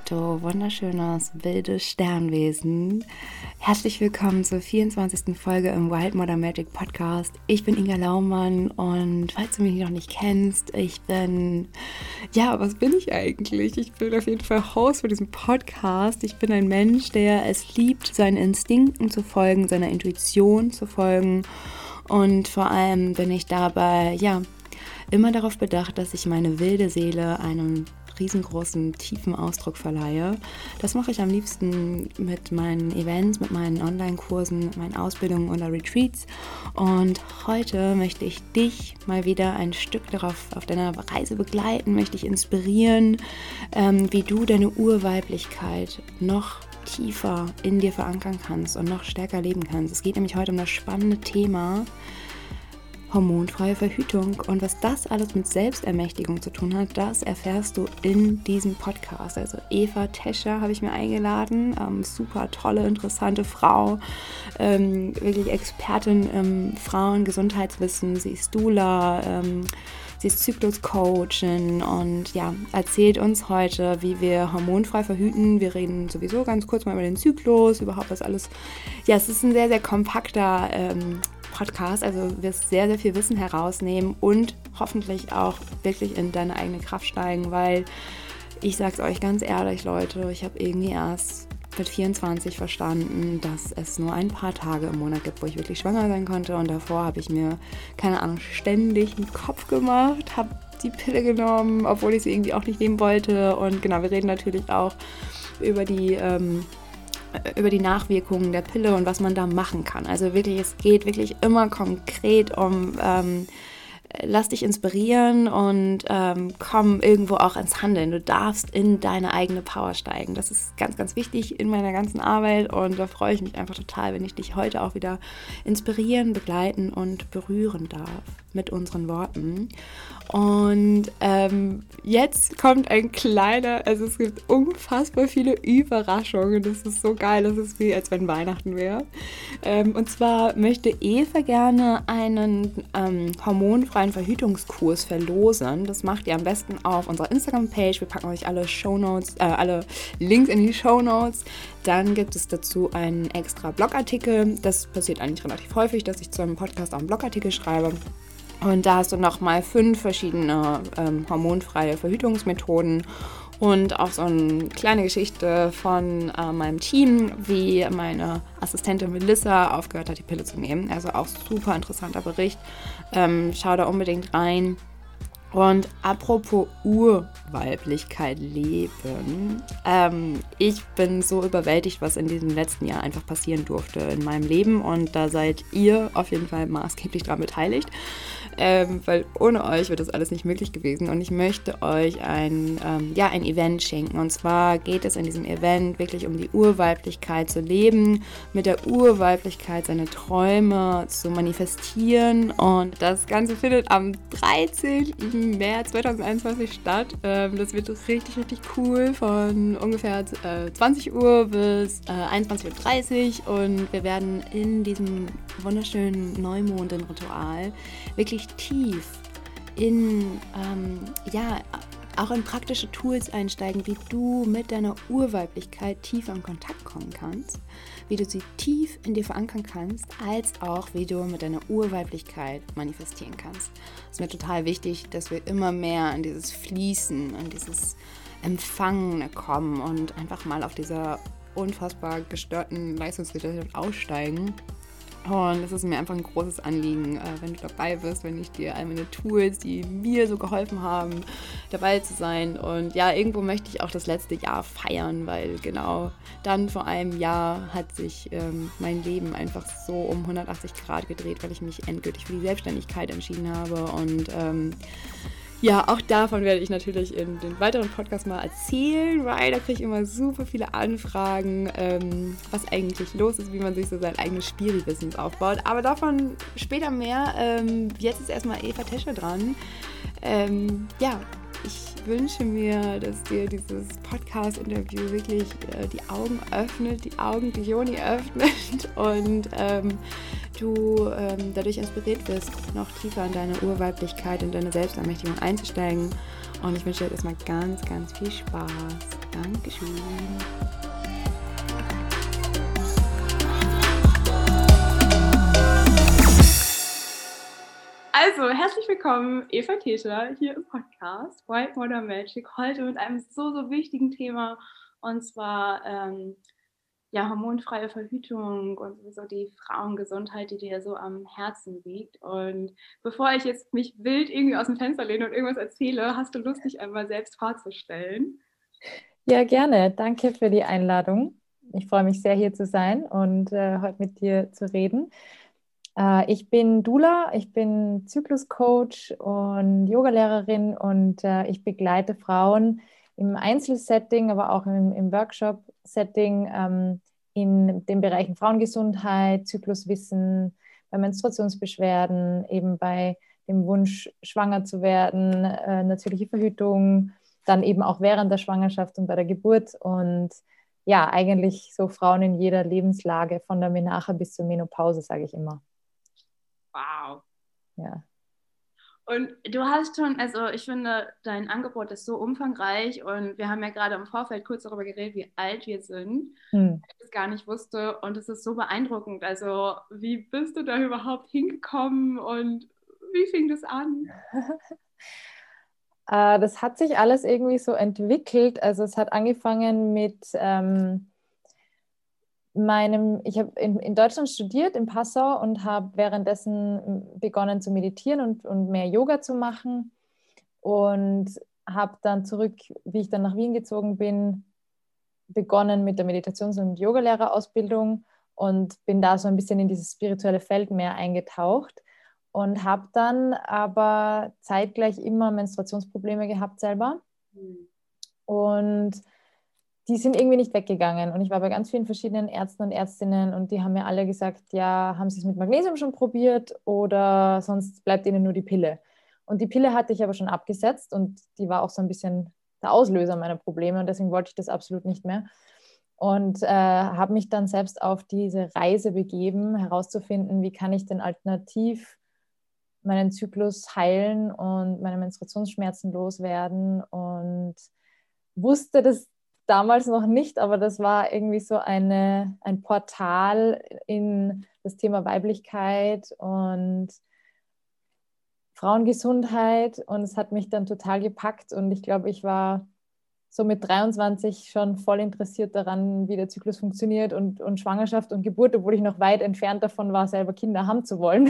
du wunderschönes, wildes Sternwesen. Herzlich willkommen zur 24. Folge im Wild Modern Magic Podcast. Ich bin Inga Laumann und falls du mich noch nicht kennst, was bin ich eigentlich? Ich bin auf jeden Fall Host für diesen Podcast. Ich bin ein Mensch, der es liebt, seinen Instinkten zu folgen, seiner Intuition zu folgen und vor allem bin ich dabei, immer darauf bedacht, dass ich meine wilde Seele einen riesengroßen, tiefen Ausdruck verleihe. Das mache ich am liebsten mit meinen Events, mit meinen Online-Kursen, mit meinen Ausbildungen oder Retreats. Und heute möchte ich dich mal wieder ein Stück auf deiner Reise begleiten, möchte ich inspirieren, wie du deine Urweiblichkeit noch tiefer in dir verankern kannst und noch stärker leben kannst. Es geht nämlich heute um das spannende Thema hormonfreie Verhütung und was das alles mit Selbstermächtigung zu tun hat, das erfährst du in diesem Podcast. Also Eva Tescher habe ich mir eingeladen, super tolle, interessante Frau, wirklich Expertin im Frauengesundheitswissen, sie ist Doula, sie ist Zykluscoachin und erzählt uns heute, wie wir hormonfrei verhüten. Wir reden sowieso ganz kurz mal über den Zyklus, überhaupt was alles. Ja, es ist ein sehr, sehr kompakter Podcast, also du wirst sehr, sehr viel Wissen herausnehmen und hoffentlich auch wirklich in deine eigene Kraft steigen, weil ich sag's euch ganz ehrlich, Leute, ich habe irgendwie erst mit 24 verstanden, dass es nur ein paar Tage im Monat gibt, wo ich wirklich schwanger sein konnte und davor habe ich mir, keine Ahnung, ständig einen Kopf gemacht, habe die Pille genommen, obwohl ich sie irgendwie auch nicht nehmen wollte und genau, wir reden natürlich auch über die Nachwirkungen der Pille und was man da machen kann. Also wirklich, es geht wirklich immer konkret um lass dich inspirieren und komm irgendwo auch ins Handeln. Du darfst in deine eigene Power steigen. Das ist ganz, ganz wichtig in meiner ganzen Arbeit und da freue ich mich einfach total, wenn ich dich heute auch wieder inspirieren, begleiten und berühren darf mit unseren Worten. Und jetzt kommt es gibt unfassbar viele Überraschungen. Das ist so geil, das ist wie, als wenn Weihnachten wäre. Und zwar möchte Eva gerne einen hormonfreien Verhütungskurs verlosen. Das macht ihr am besten auf unserer Instagram-Page. Wir packen euch alle Links in die Shownotes. Dann gibt es dazu einen extra Blogartikel. Das passiert eigentlich relativ häufig, dass ich zu einem Podcast auch einen Blogartikel schreibe. Und da hast du nochmal 5 verschiedene hormonfreie Verhütungsmethoden und auch so eine kleine Geschichte von meinem Team, wie meine Assistentin Melissa aufgehört hat, die Pille zu nehmen. Also auch super interessanter Bericht. Schau da unbedingt rein. Und apropos Urweiblichkeit leben, ich bin so überwältigt, was in diesem letzten Jahr einfach passieren durfte in meinem Leben und da seid ihr auf jeden Fall maßgeblich daran beteiligt, weil ohne euch wäre das alles nicht möglich gewesen und ich möchte euch ein Event schenken und zwar geht es in diesem Event wirklich um die Urweiblichkeit zu leben, mit der Urweiblichkeit seine Träume zu manifestieren und das Ganze findet am 13. März 2021 statt. Das wird richtig, richtig cool von ungefähr 20 Uhr bis 21.30 Uhr und wir werden in diesem wunderschönen Neumondenritual wirklich tief auch in praktische Tools einsteigen, wie du mit deiner Urweiblichkeit tiefer in Kontakt kommen kannst, wie du sie tief in dir verankern kannst, als auch wie du mit deiner Urweiblichkeit manifestieren kannst. Es ist mir total wichtig, dass wir immer mehr in dieses Fließen, in dieses Empfangen kommen und einfach mal auf dieser unfassbar gestörten Leistungsgesellschaft aussteigen. Und es ist mir einfach ein großes Anliegen, wenn du dabei bist, wenn ich dir all meine Tools, die mir so geholfen haben, dabei zu sein. Und irgendwo möchte ich auch das letzte Jahr feiern, weil genau dann vor einem Jahr hat sich mein Leben einfach so um 180 Grad gedreht, weil ich mich endgültig für die Selbstständigkeit entschieden habe. Und auch davon werde ich natürlich in den weiteren Podcast mal erzählen, weil da kriege ich immer super viele Anfragen, was eigentlich los ist, wie man sich so sein eigenes Spiri-Business aufbaut. Aber davon später mehr. Jetzt ist erstmal Eva Tescher dran. Ich wünsche mir, dass dir dieses Podcast-Interview wirklich die Augen öffnet, die Joni öffnet und du dadurch inspiriert wirst, noch tiefer in deine Urweiblichkeit und deine Selbstermächtigung einzusteigen. Und ich wünsche dir jetzt erstmal ganz, ganz viel Spaß. Dankeschön. Also, herzlich willkommen, Eva Tescher, hier im Podcast White Modern Magic, heute mit einem so wichtigen Thema, und zwar hormonfreie Verhütung und sowieso die Frauengesundheit, die dir so am Herzen liegt. Und bevor ich jetzt mich wild irgendwie aus dem Fenster lehne und irgendwas erzähle, hast du Lust, dich einmal selbst vorzustellen? Ja, gerne. Danke für die Einladung. Ich freue mich sehr, hier zu sein und heute mit dir zu reden. Ich bin Dula, ich bin Zykluscoach und Yogalehrerin und ich begleite Frauen im Einzelsetting, aber auch im Workshop-Setting in den Bereichen Frauengesundheit, Zykluswissen, bei Menstruationsbeschwerden, eben bei dem Wunsch, schwanger zu werden, natürliche Verhütung, dann eben auch während der Schwangerschaft und bei der Geburt und ja, eigentlich so Frauen in jeder Lebenslage, von der Menarche bis zur Menopause, sage ich immer. Wow. Ja. Und du hast schon, also ich finde, dein Angebot ist so umfangreich, und wir haben ja gerade im Vorfeld kurz darüber geredet, wie alt wir sind, Hm. ich das gar nicht wusste, und es ist so beeindruckend. Also wie bist du da überhaupt hingekommen und wie fing das an? Das hat sich alles irgendwie so entwickelt. Also es hat angefangen mit ich habe in Deutschland studiert, in Passau, und habe währenddessen begonnen zu meditieren und mehr Yoga zu machen und habe dann zurück, wie ich dann nach Wien gezogen bin, begonnen mit der Meditations- und Yogalehrerausbildung und bin da so ein bisschen in dieses spirituelle Feld mehr eingetaucht und habe dann aber zeitgleich immer Menstruationsprobleme gehabt selber. Hm. Und die sind irgendwie nicht weggegangen. Und ich war bei ganz vielen verschiedenen Ärzten und Ärztinnen und die haben mir alle gesagt, ja, haben Sie es mit Magnesium schon probiert oder sonst bleibt Ihnen nur die Pille. Und die Pille hatte ich aber schon abgesetzt und die war auch so ein bisschen der Auslöser meiner Probleme und deswegen wollte ich das absolut nicht mehr. Und habe mich dann selbst auf diese Reise begeben, herauszufinden, wie kann ich denn alternativ meinen Zyklus heilen und meine Menstruationsschmerzen loswerden, und wusste das damals noch nicht, aber das war irgendwie so ein Portal in das Thema Weiblichkeit und Frauengesundheit, und es hat mich dann total gepackt und ich glaube, ich war so mit 23 schon voll interessiert daran, wie der Zyklus funktioniert und Schwangerschaft und Geburt, obwohl ich noch weit entfernt davon war, selber Kinder haben zu wollen.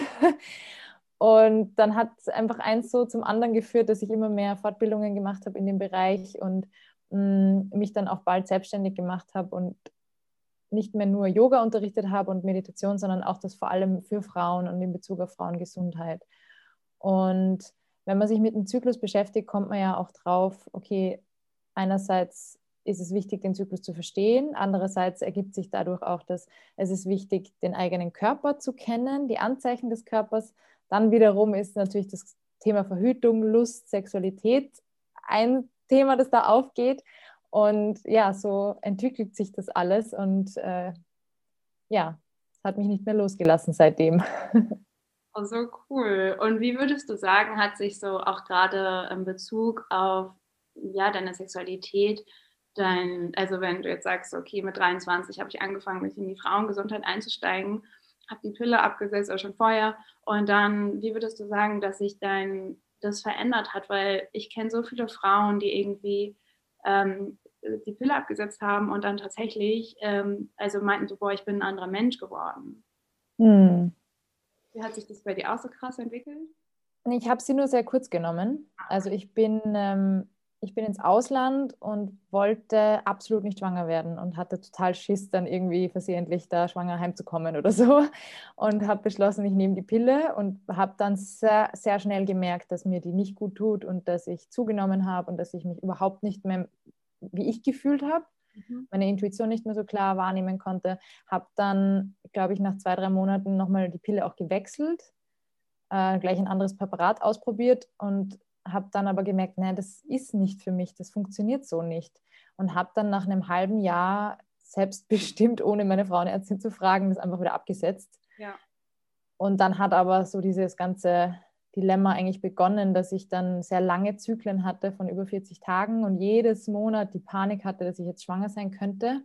Und dann hat einfach eins so zum anderen geführt, dass ich immer mehr Fortbildungen gemacht habe in dem Bereich und mich dann auch bald selbstständig gemacht habe und nicht mehr nur Yoga unterrichtet habe und Meditation, sondern auch das vor allem für Frauen und in Bezug auf Frauengesundheit. Und wenn man sich mit dem Zyklus beschäftigt, kommt man ja auch drauf, okay, einerseits ist es wichtig, den Zyklus zu verstehen. Andererseits ergibt sich dadurch auch, dass es ist wichtig, den eigenen Körper zu kennen, die Anzeichen des Körpers. Dann wiederum ist natürlich das Thema Verhütung, Lust, Sexualität ein Thema, das da aufgeht. Und ja, so entwickelt sich das alles und ja, es hat mich nicht mehr losgelassen seitdem. Oh, so cool. Und wie würdest du sagen, hat sich so auch gerade in Bezug auf deine Sexualität, also wenn du jetzt sagst, okay, mit 23 habe ich angefangen, mich in die Frauengesundheit einzusteigen, habe die Pille abgesetzt oder schon vorher, und dann, wie würdest du sagen, dass sich das verändert hat? Weil ich kenne so viele Frauen, die irgendwie die Pille abgesetzt haben und dann tatsächlich, also meinten so, boah, ich bin ein anderer Mensch geworden. Hm. Wie hat sich das bei dir auch so krass entwickelt? Ich habe sie nur sehr kurz genommen. Also ich bin ins Ausland und wollte absolut nicht schwanger werden und hatte total Schiss, dann irgendwie versehentlich da schwanger heimzukommen oder so. Und habe beschlossen, ich nehme die Pille und habe dann sehr, sehr schnell gemerkt, dass mir die nicht gut tut und dass ich zugenommen habe und dass ich mich überhaupt nicht mehr, wie ich gefühlt habe, Mhm. meine Intuition nicht mehr so klar wahrnehmen konnte. Habe dann, glaube ich, nach 2, 3 Monaten nochmal die Pille auch gewechselt, gleich ein anderes Präparat ausprobiert und habe dann aber gemerkt, nein, das ist nicht für mich, das funktioniert so nicht. Und habe dann nach einem halben Jahr selbstbestimmt, ohne meine Frauenärztin zu fragen, das einfach wieder abgesetzt. Ja. Und dann hat aber so Dilemma eigentlich begonnen, dass ich dann sehr lange Zyklen hatte von über 40 Tagen und jedes Monat die Panik hatte, dass ich jetzt schwanger sein könnte.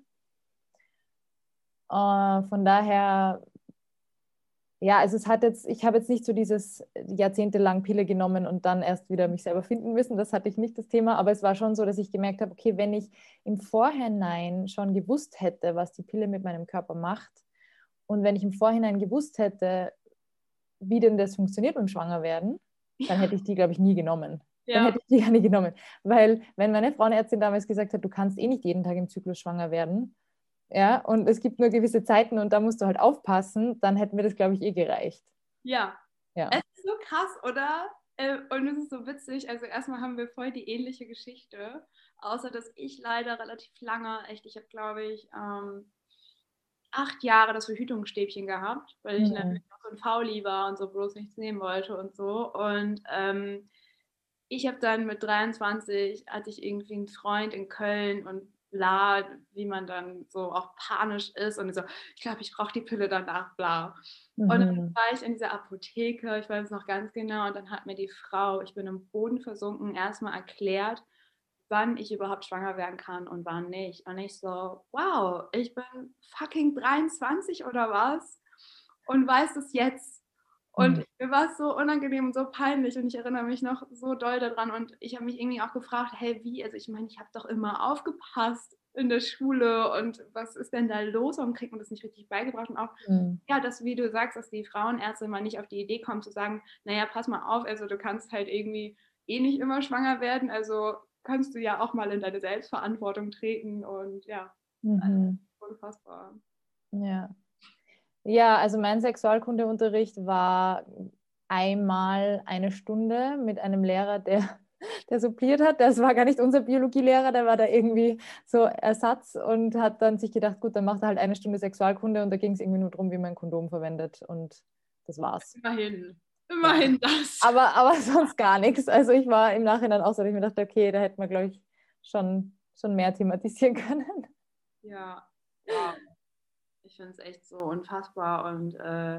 Von daher, ja, also ich habe jetzt nicht so dieses jahrzehntelang Pille genommen und dann erst wieder mich selber finden müssen. Das hatte ich nicht, das Thema. Aber es war schon so, dass ich gemerkt habe, okay, wenn ich im Vorhinein schon gewusst hätte, was die Pille mit meinem Körper macht und wenn ich im Vorhinein gewusst hätte, wie denn das funktioniert beim Schwangerwerden, dann hätte ich die, glaube ich, nie genommen. Dann Ja. hätte ich die gar nicht genommen. Weil wenn meine Frauenärztin damals gesagt hat, du kannst eh nicht jeden Tag im Zyklus schwanger werden, ja, und es gibt nur gewisse Zeiten und da musst du halt aufpassen, dann hätten wir das, glaube ich, eh gereicht. Ja, Ja. es ist so krass, oder? Und es ist so witzig. Also erstmal haben wir voll die ähnliche Geschichte, außer dass ich leider relativ lange, echt, ich habe glaube ich 8 Jahre das Verhütungsstäbchen gehabt, weil ich Mhm. natürlich noch so ein Fauli war und so bloß nichts nehmen wollte und so. Und ich habe dann mit 23, hatte ich irgendwie einen Freund in Köln und bla, wie man dann so auch panisch ist und so, ich glaube, ich brauche die Pille danach, bla. Und dann Mhm. war ich in dieser Apotheke, ich weiß noch ganz genau, und dann hat mir die Frau, ich bin im Boden versunken, erstmal erklärt, wann ich überhaupt schwanger werden kann und wann nicht. Und ich so, wow, ich bin fucking 23 oder was? Und weiß es jetzt. Und Mhm. mir war es so unangenehm und so peinlich und ich erinnere mich noch so doll daran und ich habe mich irgendwie auch gefragt, hey, wie? Also ich meine, ich habe doch immer aufgepasst in der Schule und was ist denn da los? Warum kriegt man das nicht richtig beigebracht? Und auch, Mhm. ja, dass, wie du sagst, dass die Frauenärzte mal nicht auf die Idee kommen zu sagen, naja, pass mal auf, also du kannst halt irgendwie eh nicht immer schwanger werden, also kannst du ja auch mal in deine Selbstverantwortung treten und ja, Mhm. unfassbar. Ja. Ja, also mein Sexualkundeunterricht war einmal eine Stunde mit einem Lehrer, der suppliert hat. Das war gar nicht unser Biologielehrer, der war da irgendwie so Ersatz und hat dann sich gedacht, gut, dann macht er halt eine Stunde Sexualkunde und da ging es irgendwie nur darum, wie man ein Kondom verwendet und das war's. Immerhin, Ja. immerhin das. Aber sonst gar nichts. Also ich war im Nachhinein auch so, dass ich mir dachte, okay, da hätte man, glaube ich, schon mehr thematisieren können. Ja, wow. Ich finde es echt so unfassbar und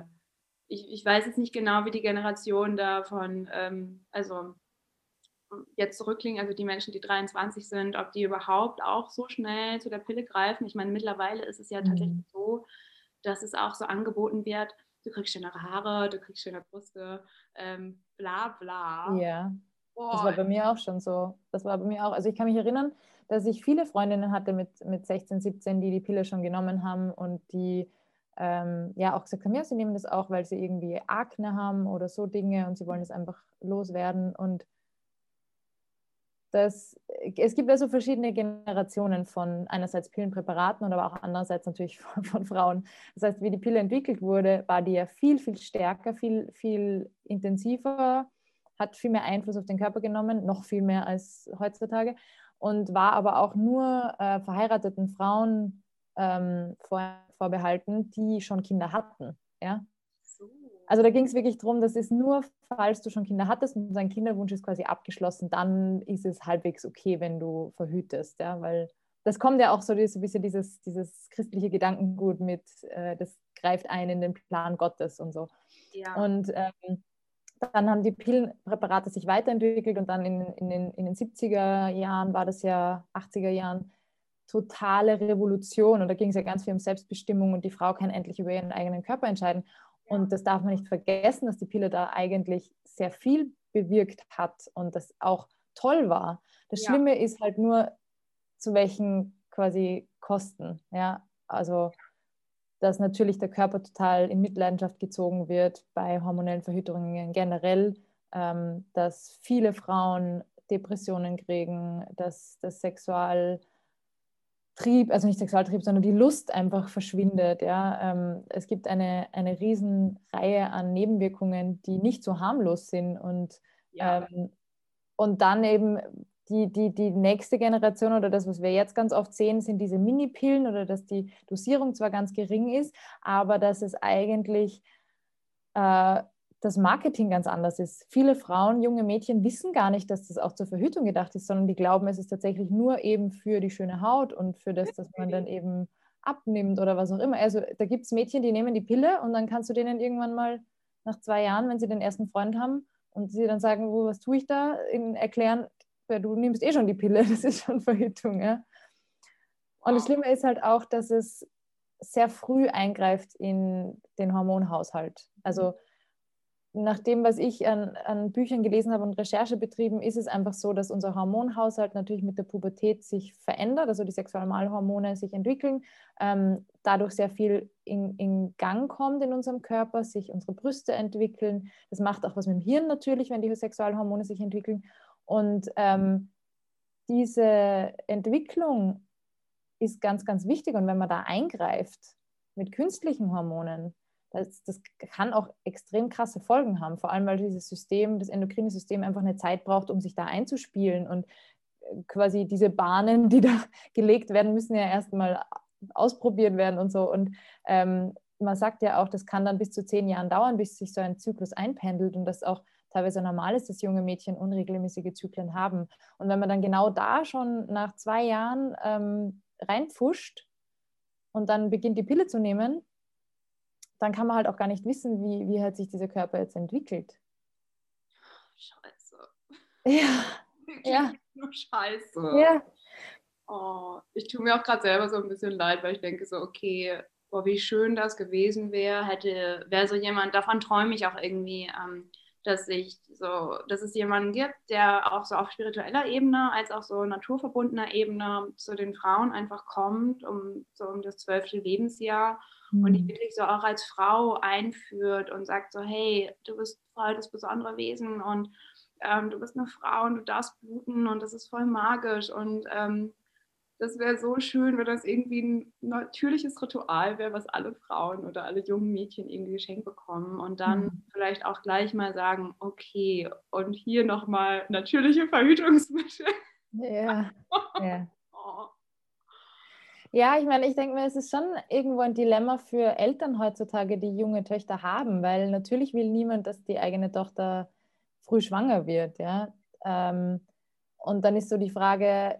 ich weiß jetzt nicht genau, wie die Generation davon, also jetzt zurückliegen, also die Menschen, die 23 sind, ob die überhaupt auch so schnell zu der Pille greifen. Ich meine, mittlerweile ist es ja Mhm. tatsächlich so, dass es auch so angeboten wird, du kriegst schönere Haare, du kriegst schöne Brüste, bla bla. Ja, das Boah, war bei mir auch schon so. Das war bei mir auch. Also ich kann mich erinnern, dass ich viele Freundinnen hatte mit 16, 17, die die Pille schon genommen haben und die ja auch gesagt haben, ja, sie nehmen das auch, weil sie irgendwie Akne haben oder so Dinge und sie wollen es einfach loswerden. Und es gibt also verschiedene Generationen von einerseits Pillenpräparaten und aber auch andererseits natürlich von Frauen. Das heißt, wie die Pille entwickelt wurde, war die ja viel, viel stärker, viel, viel intensiver, hat viel mehr Einfluss auf den Körper genommen, noch viel mehr als heutzutage und war aber auch nur verheirateten Frauen vorbehalten, die schon Kinder hatten. Ja? so. Also da ging es wirklich darum, das ist nur, falls du schon Kinder hattest und dein Kinderwunsch ist quasi abgeschlossen, dann ist es halbwegs okay, wenn du verhütest, ja, weil das kommt ja auch so ein bisschen dieses christliche Gedankengut mit, das greift ein in den Plan Gottes und so. Ja, Und dann haben die Pillenpräparate sich weiterentwickelt und dann in den 70er Jahren war das ja, 80er Jahren, totale Revolution. Und da ging es ja ganz viel um Selbstbestimmung und die Frau kann endlich über ihren eigenen Körper entscheiden. ja, Und das darf man nicht vergessen, dass die Pille da eigentlich sehr viel bewirkt hat und das auch toll war. Das ja, Schlimme ist halt nur, zu welchen quasi Kosten. Ja, also dass natürlich der Körper total in Mitleidenschaft gezogen wird bei hormonellen Verhütungen generell, dass viele Frauen Depressionen kriegen, dass das Sexualtrieb, also nicht Sexualtrieb, sondern die Lust einfach verschwindet. Ja? Es gibt eine Riesenreihe an Nebenwirkungen, die nicht so harmlos sind ja, ähm, und dann eben die nächste Generation oder das, was wir jetzt ganz oft sehen, sind diese Minipillen oder dass die Dosierung zwar ganz gering ist, aber dass es eigentlich das Marketing ganz anders ist. Viele Frauen, junge Mädchen wissen gar nicht, dass das auch zur Verhütung gedacht ist, sondern die glauben, es ist tatsächlich nur eben für die schöne Haut und für das, dass man dann eben abnimmt oder was auch immer. Also da gibt es Mädchen, die nehmen die Pille und dann kannst du denen irgendwann mal nach 2 Jahren, wenn sie den ersten Freund haben, Und sie dann sagen, was tue ich da? Ihnen erklären, ja, du nimmst schon die Pille, das ist schon Verhütung. Ja? Und das Schlimme ist halt auch, dass es sehr früh eingreift in den Hormonhaushalt. Also nach dem, was ich an Büchern gelesen habe und Recherche betrieben, ist es einfach so, dass unser Hormonhaushalt natürlich mit der Pubertät sich verändert, also die Sexualhormone sich entwickeln, dadurch sehr viel in Gang kommt in unserem Körper, sich unsere Brüste entwickeln. Das macht auch was mit dem Hirn natürlich, wenn die Sexualhormone sich entwickeln. Und diese Entwicklung ist ganz, ganz wichtig. Und wenn man da eingreift mit künstlichen Hormonen, das kann auch extrem krasse Folgen haben, vor allem weil dieses System, das endokrine System einfach eine Zeit braucht, um sich da einzuspielen und quasi diese Bahnen, die da gelegt werden, müssen ja erstmal ausprobiert werden und so. Und man sagt ja auch, das kann dann bis zu 10 Jahren dauern, bis sich so ein Zyklus einpendelt und das auch teilweise normal ist, dass junge Mädchen unregelmäßige Zyklen haben. Und wenn man dann genau da schon nach 2 Jahren reinpfuscht und dann beginnt die Pille zu nehmen, dann kann man halt auch gar nicht wissen, wie halt sich dieser Körper jetzt entwickelt. Scheiße. Ja. Ja. Nur Scheiße. Ja. Oh, ich tue mir auch gerade selber so ein bisschen leid, weil ich denke so, okay, boah, wie schön das gewesen wäre, wäre so jemand, davon träume ich auch irgendwie, dass es jemanden gibt, der auch so auf spiritueller Ebene als auch so naturverbundener Ebene zu den Frauen einfach kommt, um das 12. Lebensjahr und die wirklich so auch als Frau einführt und sagt so, hey, du bist voll das besondere Wesen und du bist eine Frau und du darfst bluten und das ist voll magisch und das wäre so schön, wenn das irgendwie ein natürliches Ritual wäre, was alle Frauen oder alle jungen Mädchen irgendwie geschenkt bekommen und dann vielleicht auch gleich mal sagen, okay, und hier nochmal natürliche Verhütungsmittel. Ja, ja. Oh. Ja, ich meine, ich denke mir, es ist schon irgendwo ein Dilemma für Eltern heutzutage, die junge Töchter haben, weil natürlich will niemand, dass die eigene Tochter früh schwanger wird, ja. Und dann ist so die Frage,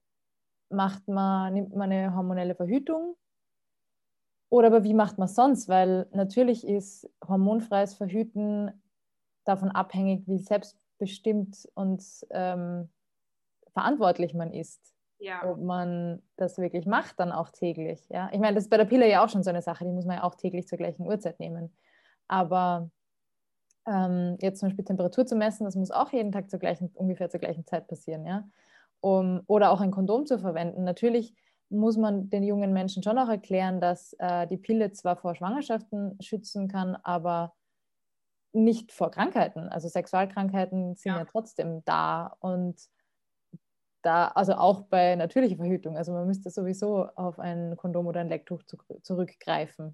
nimmt man eine hormonelle Verhütung? Oder aber wie macht man es sonst? Weil natürlich ist hormonfreies Verhüten davon abhängig, wie selbstbestimmt und verantwortlich man ist. Ja. Ob man das wirklich macht, dann auch täglich. Ja? Ich meine, das ist bei der Pille ja auch schon so eine Sache, die muss man ja auch täglich zur gleichen Uhrzeit nehmen. Aber jetzt zum Beispiel Temperatur zu messen, das muss auch jeden Tag ungefähr zur gleichen Zeit passieren. Ja? Oder auch ein Kondom zu verwenden. Natürlich muss man den jungen Menschen schon auch erklären, dass die Pille zwar vor Schwangerschaften schützen kann, aber nicht vor Krankheiten. Also Sexualkrankheiten sind ja trotzdem da und da, also auch bei natürlicher Verhütung. Also man müsste sowieso auf ein Kondom oder ein Lecktuch zurückgreifen.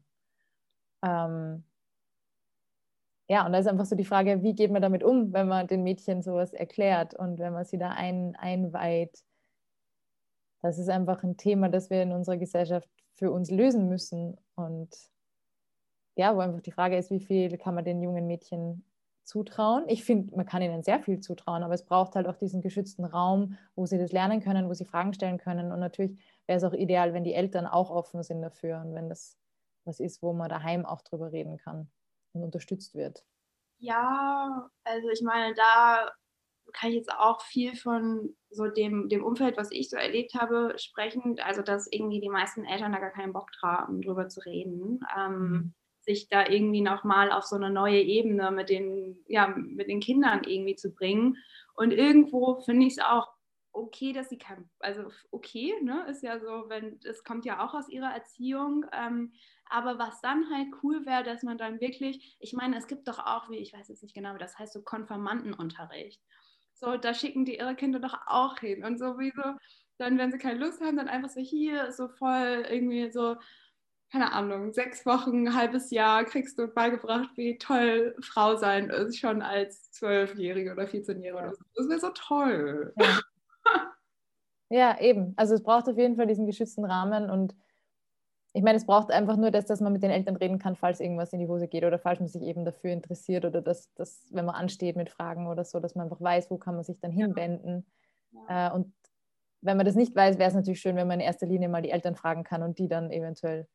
Ja, und da ist einfach so die Frage, wie geht man damit um, wenn man den Mädchen sowas erklärt und wenn man sie da einweiht. Das ist einfach ein Thema, das wir in unserer Gesellschaft für uns lösen müssen. Und ja, wo einfach die Frage ist, wie viel kann man den jungen Mädchen zutrauen? Ich finde, man kann ihnen sehr viel zutrauen, aber es braucht halt auch diesen geschützten Raum, wo sie das lernen können, wo sie Fragen stellen können. Und natürlich wäre es auch ideal, wenn die Eltern auch offen sind dafür und wenn das was ist, wo man daheim auch drüber reden kann und unterstützt wird. Ja, also ich meine, da kann ich jetzt auch viel von so dem Umfeld, was ich so erlebt habe, sprechen. Also, dass irgendwie die meisten Eltern da gar keinen Bock haben, drüber zu reden. Sich da irgendwie nochmal auf so eine neue Ebene mit mit den Kindern irgendwie zu bringen. Und irgendwo finde ich es auch okay, dass sie also okay, ne, ist ja so, es kommt ja auch aus ihrer Erziehung, aber was dann halt cool wäre, dass man dann wirklich, ich meine, es gibt doch auch, ich weiß jetzt nicht genau, wie das heißt, so Konfirmandenunterricht. So, da schicken die ihre Kinder doch auch hin und sowieso, dann, wenn sie keine Lust haben, dann einfach so hier, so voll irgendwie so, keine Ahnung, 6 Wochen, ein halbes Jahr kriegst du beigebracht, wie toll Frau sein ist, schon als 12-Jährige oder 14-Jährige. Ja. Das wäre so toll. Ja. Ja, eben. Also es braucht auf jeden Fall diesen geschützten Rahmen und ich meine, es braucht einfach nur das, dass man mit den Eltern reden kann, falls irgendwas in die Hose geht oder falls man sich eben dafür interessiert oder dass wenn man ansteht mit Fragen oder so, dass man einfach weiß, wo kann man sich dann hinwenden. Ja. Und wenn man das nicht weiß, wäre es natürlich schön, wenn man in erster Linie mal die Eltern fragen kann und die dann eventuell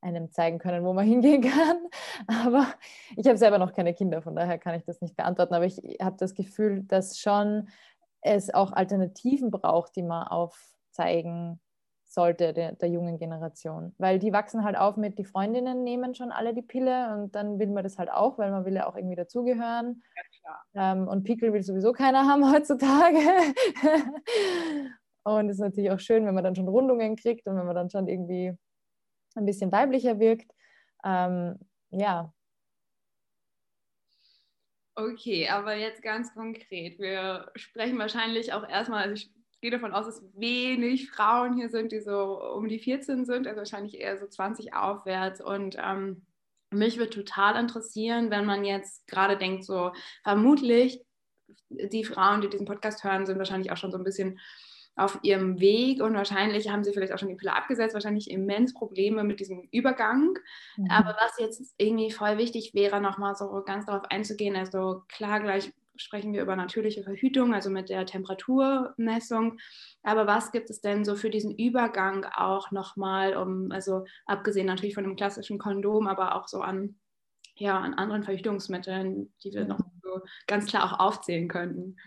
einem zeigen können, wo man hingehen kann. Aber ich habe selber noch keine Kinder, von daher kann ich das nicht beantworten. Aber ich habe das Gefühl, dass schon es auch Alternativen braucht, die man aufzeigen sollte der jungen Generation. Weil die wachsen halt auf mit, die Freundinnen nehmen schon alle die Pille und dann will man das halt auch, weil man will ja auch irgendwie dazugehören. Und Pickel will sowieso keiner haben heutzutage. Und es ist natürlich auch schön, wenn man dann schon Rundungen kriegt und wenn man dann schon irgendwie ein bisschen weiblicher wirkt. Ja. Okay, aber jetzt ganz konkret. Wir sprechen wahrscheinlich auch erstmal, also ich gehe davon aus, dass wenig Frauen hier sind, die so um die 14 sind, also wahrscheinlich eher so 20 aufwärts. Und mich würde total interessieren, wenn man jetzt gerade denkt, so vermutlich die Frauen, die diesen Podcast hören, sind wahrscheinlich auch schon so ein bisschen auf ihrem Weg und wahrscheinlich haben sie vielleicht auch schon die Pille abgesetzt, wahrscheinlich immens Probleme mit diesem Übergang. Aber was jetzt irgendwie voll wichtig wäre, nochmal so ganz darauf einzugehen, also klar, gleich sprechen wir über natürliche Verhütung, also mit der Temperaturmessung. Aber was gibt es denn so für diesen Übergang auch nochmal, also abgesehen natürlich von dem klassischen Kondom, aber auch so an anderen Verhütungsmitteln, die wir noch so ganz klar auch aufzählen könnten?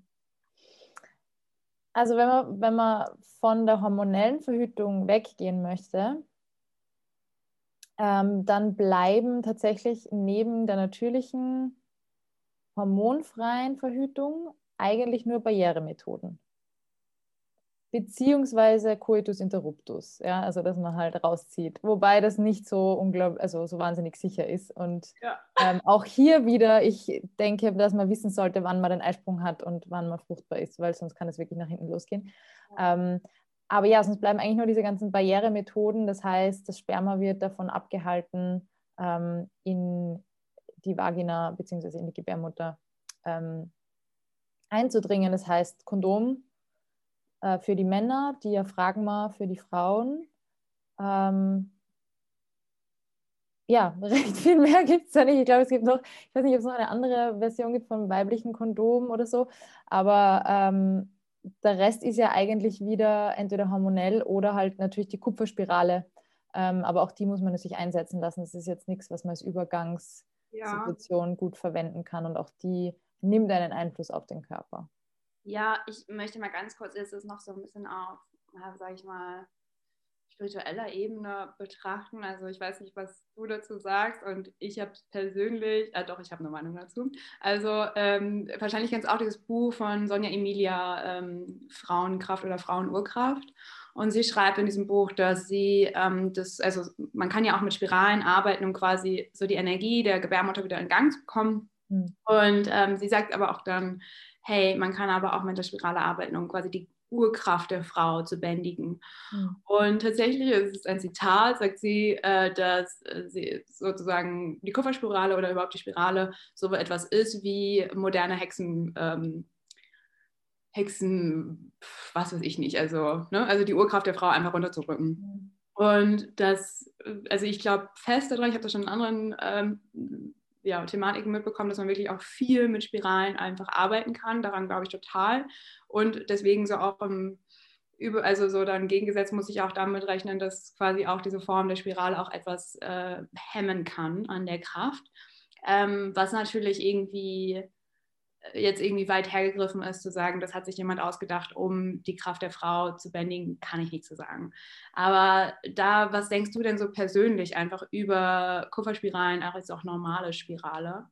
Also wenn man von der hormonellen Verhütung weggehen möchte, dann bleiben tatsächlich neben der natürlichen hormonfreien Verhütung eigentlich nur Barrieremethoden. Beziehungsweise Coitus interruptus, ja, also dass man halt rauszieht. Wobei das nicht so unglaublich, also so wahnsinnig sicher ist. Und auch hier wieder, ich denke, dass man wissen sollte, wann man den Eisprung hat und wann man fruchtbar ist, weil sonst kann es wirklich nach hinten losgehen. Aber ja, sonst bleiben eigentlich nur diese ganzen Barrieremethoden. Das heißt, das Sperma wird davon abgehalten, in die Vagina bzw. in die Gebärmutter einzudringen. Das heißt, Kondom für die Männer, Diaphragma für die Frauen. Ja, recht viel mehr gibt es da nicht. Ich glaube, es gibt noch, ich weiß nicht, ob es noch eine andere Version gibt von weiblichen Kondom oder so, aber der Rest ist ja eigentlich wieder entweder hormonell oder halt natürlich die Kupferspirale. Aber auch die muss man sich einsetzen lassen. Das ist jetzt nichts, was man als Übergangssituation gut verwenden kann und auch die nimmt einen Einfluss auf den Körper. Ja, ich möchte mal ganz kurz jetzt das noch so ein bisschen auf, sage ich mal, spiritueller Ebene betrachten. Also ich weiß nicht, was du dazu sagst und ich habe persönlich, doch, ich habe eine Meinung dazu. Also wahrscheinlich kennst du auch dieses Buch von Sonja Emilia, Frauenkraft oder Frauenurkraft. Und sie schreibt in diesem Buch, dass sie also man kann ja auch mit Spiralen arbeiten, um quasi so die Energie der Gebärmutter wieder in Gang zu bekommen. Und sie sagt aber auch dann, hey, man kann aber auch mit der Spirale arbeiten, um quasi die Urkraft der Frau zu bändigen. Und tatsächlich ist es ein Zitat, sagt sie, dass sie sozusagen die Kupferspirale oder überhaupt die Spirale so etwas ist wie moderne Hexen, was weiß ich nicht, also die Urkraft der Frau einfach runterzudrücken. Und also ich glaube fest daran, ich habe das schon in anderen Thematiken mitbekommen, dass man wirklich auch viel mit Spiralen einfach arbeiten kann. Daran glaube ich total. Und deswegen so auch also so dann gegengesetzt muss ich auch damit rechnen, dass quasi auch diese Form der Spirale auch etwas hemmen kann an der Kraft. Was natürlich jetzt irgendwie weit hergegriffen ist, zu sagen, das hat sich jemand ausgedacht, um die Kraft der Frau zu bändigen, kann ich nicht so sagen. Aber was denkst du denn so persönlich einfach über Kupferspiralen, auch jetzt auch normale Spirale?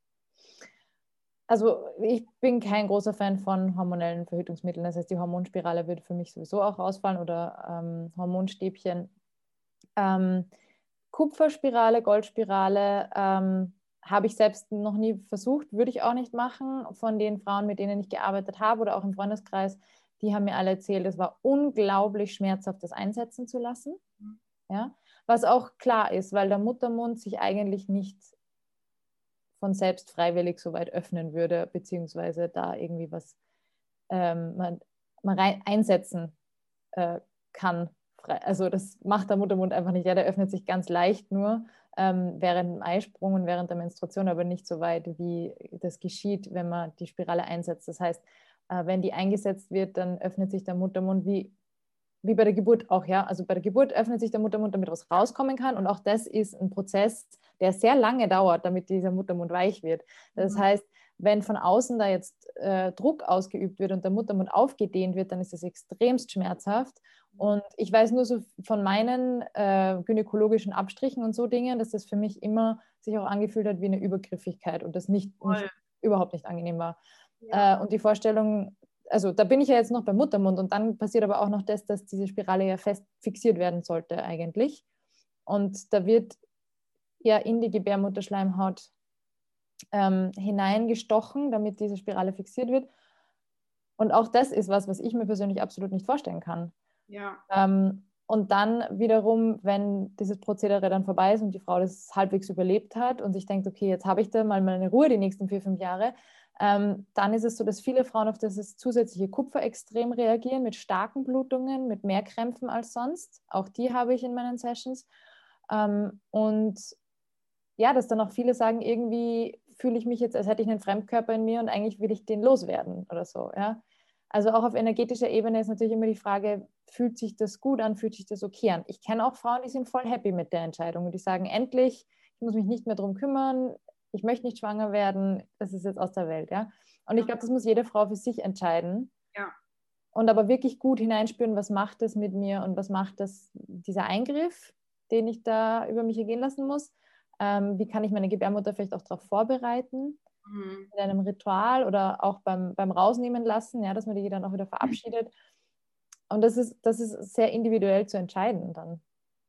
Also ich bin kein großer Fan von hormonellen Verhütungsmitteln. Das heißt, die Hormonspirale würde für mich sowieso auch rausfallen oder Hormonstäbchen. Kupferspirale, Goldspirale habe ich selbst noch nie versucht, würde ich auch nicht machen. Von den Frauen, mit denen ich gearbeitet habe oder auch im Freundeskreis, die haben mir alle erzählt, es war unglaublich schmerzhaft, das einsetzen zu lassen. Ja? Was auch klar ist, weil der Muttermund sich eigentlich nicht von selbst freiwillig so weit öffnen würde, beziehungsweise da irgendwie was man rein einsetzen kann. Also das macht der Muttermund einfach nicht. Ja, der öffnet sich ganz leicht nur während dem Eisprung und während der Menstruation, aber nicht so weit, wie das geschieht, wenn man die Spirale einsetzt. Das heißt, wenn die eingesetzt wird, dann öffnet sich der Muttermund wie wie bei der Geburt auch, ja. Also bei der Geburt öffnet sich der Muttermund, damit was rauskommen kann. Und auch das ist ein Prozess, der sehr lange dauert, damit dieser Muttermund weich wird. Das heißt, wenn von außen da jetzt Druck ausgeübt wird und der Muttermund aufgedehnt wird, dann ist das extremst schmerzhaft. Und ich weiß nur so von meinen gynäkologischen Abstrichen und so Dingen, dass das für mich immer sich auch angefühlt hat wie eine Übergriffigkeit und das überhaupt nicht angenehm war. Ja. Und die Vorstellung, also da bin ich ja jetzt noch beim Muttermund und dann passiert aber auch noch das, dass diese Spirale ja fest fixiert werden sollte eigentlich. Und da wird ja in die Gebärmutterschleimhaut hineingestochen, damit diese Spirale fixiert wird. Und auch das ist was ich mir persönlich absolut nicht vorstellen kann. Ja. Und dann wiederum, wenn dieses Prozedere dann vorbei ist und die Frau das halbwegs überlebt hat und sich denkt, okay, jetzt habe ich da mal meine Ruhe die nächsten 4-5 Jahre, dann ist es so, dass viele Frauen auf das zusätzliche Kupfer extrem reagieren, mit starken Blutungen, mit mehr Krämpfen als sonst. Auch die habe ich in meinen Sessions. Und ja, dass dann auch viele sagen, irgendwie fühle ich mich jetzt, als hätte ich einen Fremdkörper in mir und eigentlich will ich den loswerden oder so. Ja? Also auch auf energetischer Ebene ist natürlich immer die Frage, fühlt sich das gut an, fühlt sich das okay an? Ich kenne auch Frauen, die sind voll happy mit der Entscheidung und die sagen, endlich, ich muss mich nicht mehr darum kümmern, ich möchte nicht schwanger werden, das ist jetzt aus der Welt. Ja? Und ich glaube, das muss jede Frau für sich entscheiden. Ja. Und aber wirklich gut hineinspüren, was macht das mit mir und was macht das, dieser Eingriff, den ich da über mich ergehen lassen muss. Wie kann ich meine Gebärmutter vielleicht auch darauf vorbereiten, mit einem Ritual oder auch beim Rausnehmen lassen, ja, dass man die dann auch wieder verabschiedet. Und das ist sehr individuell zu entscheiden dann.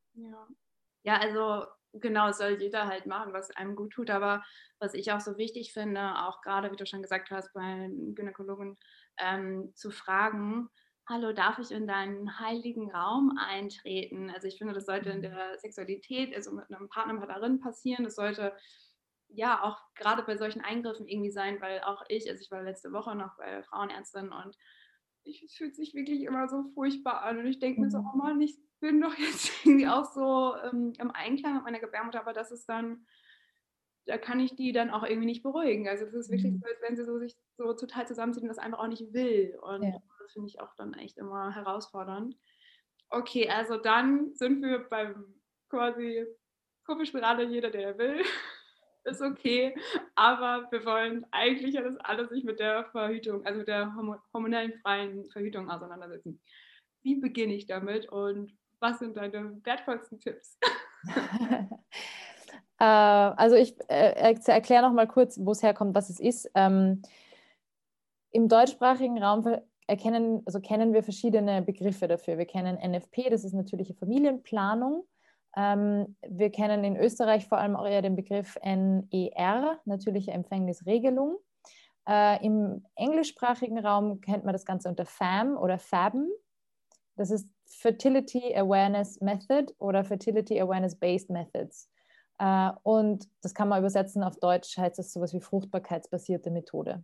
Ja, also genau, es soll jeder halt machen, was einem gut tut. Aber was ich auch so wichtig finde, auch gerade, wie du schon gesagt hast, bei Gynäkologen zu fragen, hallo, darf ich in deinen heiligen Raum eintreten? Also ich finde, das sollte in der Sexualität, also mit einem Partner, Partnerin passieren. Das sollte ja auch gerade bei solchen Eingriffen irgendwie sein, weil auch also ich war letzte Woche noch bei Frauenärztin und es fühlt sich wirklich immer so furchtbar an und ich denke mir so, oh Mann, ich bin doch jetzt irgendwie auch so im Einklang mit meiner Gebärmutter, aber das ist dann, da kann ich die dann auch irgendwie nicht beruhigen. Also das ist wirklich so, als wenn sie sich so total zusammenzieht und das einfach auch nicht will. Und das finde ich auch dann echt immer herausfordernd. Okay, also dann sind wir beim quasi Kuppelspirale, jeder, der will, ist okay. Aber wir wollen eigentlich ja das alles sich mit der Verhütung, also mit der hormonellen freien Verhütung auseinandersetzen. Wie beginne ich damit und was sind deine wertvollsten Tipps? Also ich erkläre noch mal kurz, wo es herkommt, was es ist. Im deutschsprachigen Raum kennen wir verschiedene Begriffe dafür. Wir kennen NFP, das ist natürliche Familienplanung. Wir kennen in Österreich vor allem auch eher den Begriff NER, natürliche Empfängnisregelung. Im englischsprachigen Raum kennt man das Ganze unter FAM oder FABM. Das ist Fertility Awareness Method oder Fertility Awareness Based Methods. Und das kann man übersetzen auf Deutsch, heißt das sowas wie fruchtbarkeitsbasierte Methode.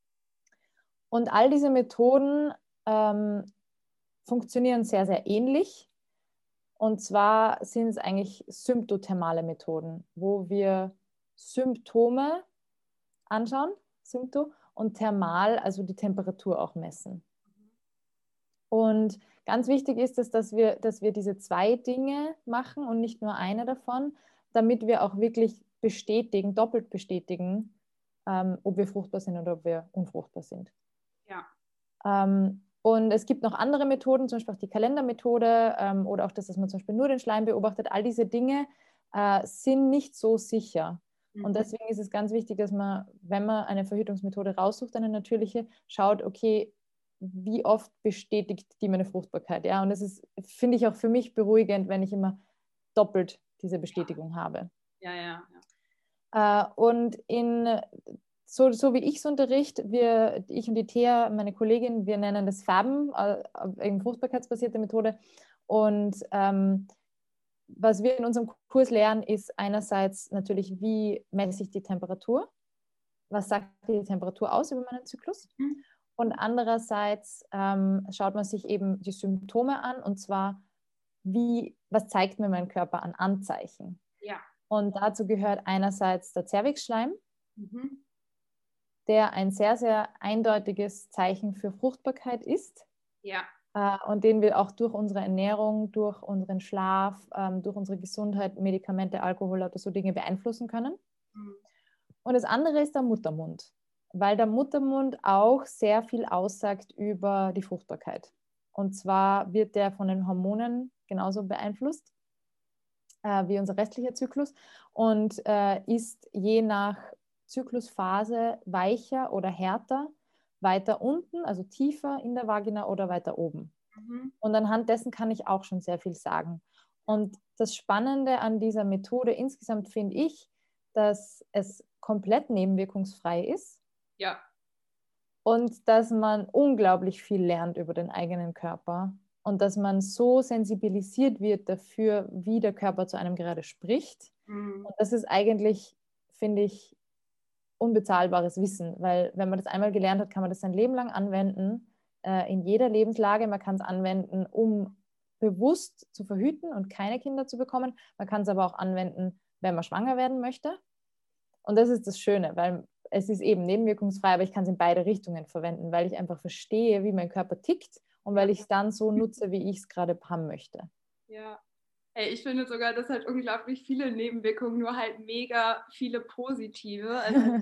Und all diese Methoden funktionieren sehr, sehr ähnlich. Und zwar sind es eigentlich symptothermale Methoden, wo wir Symptome anschauen, und thermal, also die Temperatur auch messen. Und ganz wichtig ist es, dass wir diese 2 Dinge machen und nicht nur eine davon, damit wir auch wirklich bestätigen, doppelt bestätigen, ob wir fruchtbar sind oder ob wir unfruchtbar sind. Ja. Und es gibt noch andere Methoden, zum Beispiel auch die Kalendermethode oder auch das, dass man zum Beispiel nur den Schleim beobachtet. All diese Dinge sind nicht so sicher. Und deswegen ist es ganz wichtig, dass man, wenn man eine Verhütungsmethode raussucht, eine natürliche, schaut, okay, wie oft bestätigt die meine Fruchtbarkeit. Ja? Und das ist, finde ich, auch für mich beruhigend, wenn ich immer doppelt diese Bestätigung habe. Ja. Und so wie ich es unterrichte, ich und die Thea, meine Kollegin, wir nennen das FABM, eben fruchtbarkeitsbasierte Methode. Und was wir in unserem Kurs lernen, ist einerseits natürlich, wie messe ich die Temperatur? Was sagt die Temperatur aus über meinen Zyklus? Und andererseits schaut man sich eben die Symptome an, und zwar, was zeigt mir mein Körper an Anzeichen? Ja. Und dazu gehört einerseits der Zervixschleim, der ein sehr, sehr eindeutiges Zeichen für Fruchtbarkeit ist. Ja. und den wir auch durch unsere Ernährung, durch unseren Schlaf, durch unsere Gesundheit, Medikamente, Alkohol oder so Dinge beeinflussen können. Mhm. Und das andere ist der Muttermund, weil der Muttermund auch sehr viel aussagt über die Fruchtbarkeit. Und zwar wird der von den Hormonen genauso beeinflusst wie unser restlicher Zyklus und ist je nach Zyklusphase weicher oder härter, weiter unten, also tiefer in der Vagina oder weiter oben. Mhm. Und anhand dessen kann ich auch schon sehr viel sagen. Und das Spannende an dieser Methode insgesamt finde ich, dass es komplett nebenwirkungsfrei ist. Ja. Und dass man unglaublich viel lernt über den eigenen Körper und dass man so sensibilisiert wird dafür, wie der Körper zu einem gerade spricht. Mhm. Und das ist eigentlich, finde ich, unbezahlbares Wissen, weil wenn man das einmal gelernt hat, kann man das sein Leben lang anwenden, in jeder Lebenslage. Man kann es anwenden, um bewusst zu verhüten und keine Kinder zu bekommen. Man kann es aber auch anwenden, wenn man schwanger werden möchte. Und das ist das Schöne, weil es ist eben nebenwirkungsfrei, aber ich kann es in beide Richtungen verwenden, weil ich einfach verstehe, wie mein Körper tickt und weil ich es dann so nutze, wie ich es gerade haben möchte. Ja. Ey, ich finde sogar, das hat unglaublich viele Nebenwirkungen, nur halt mega viele positive. Also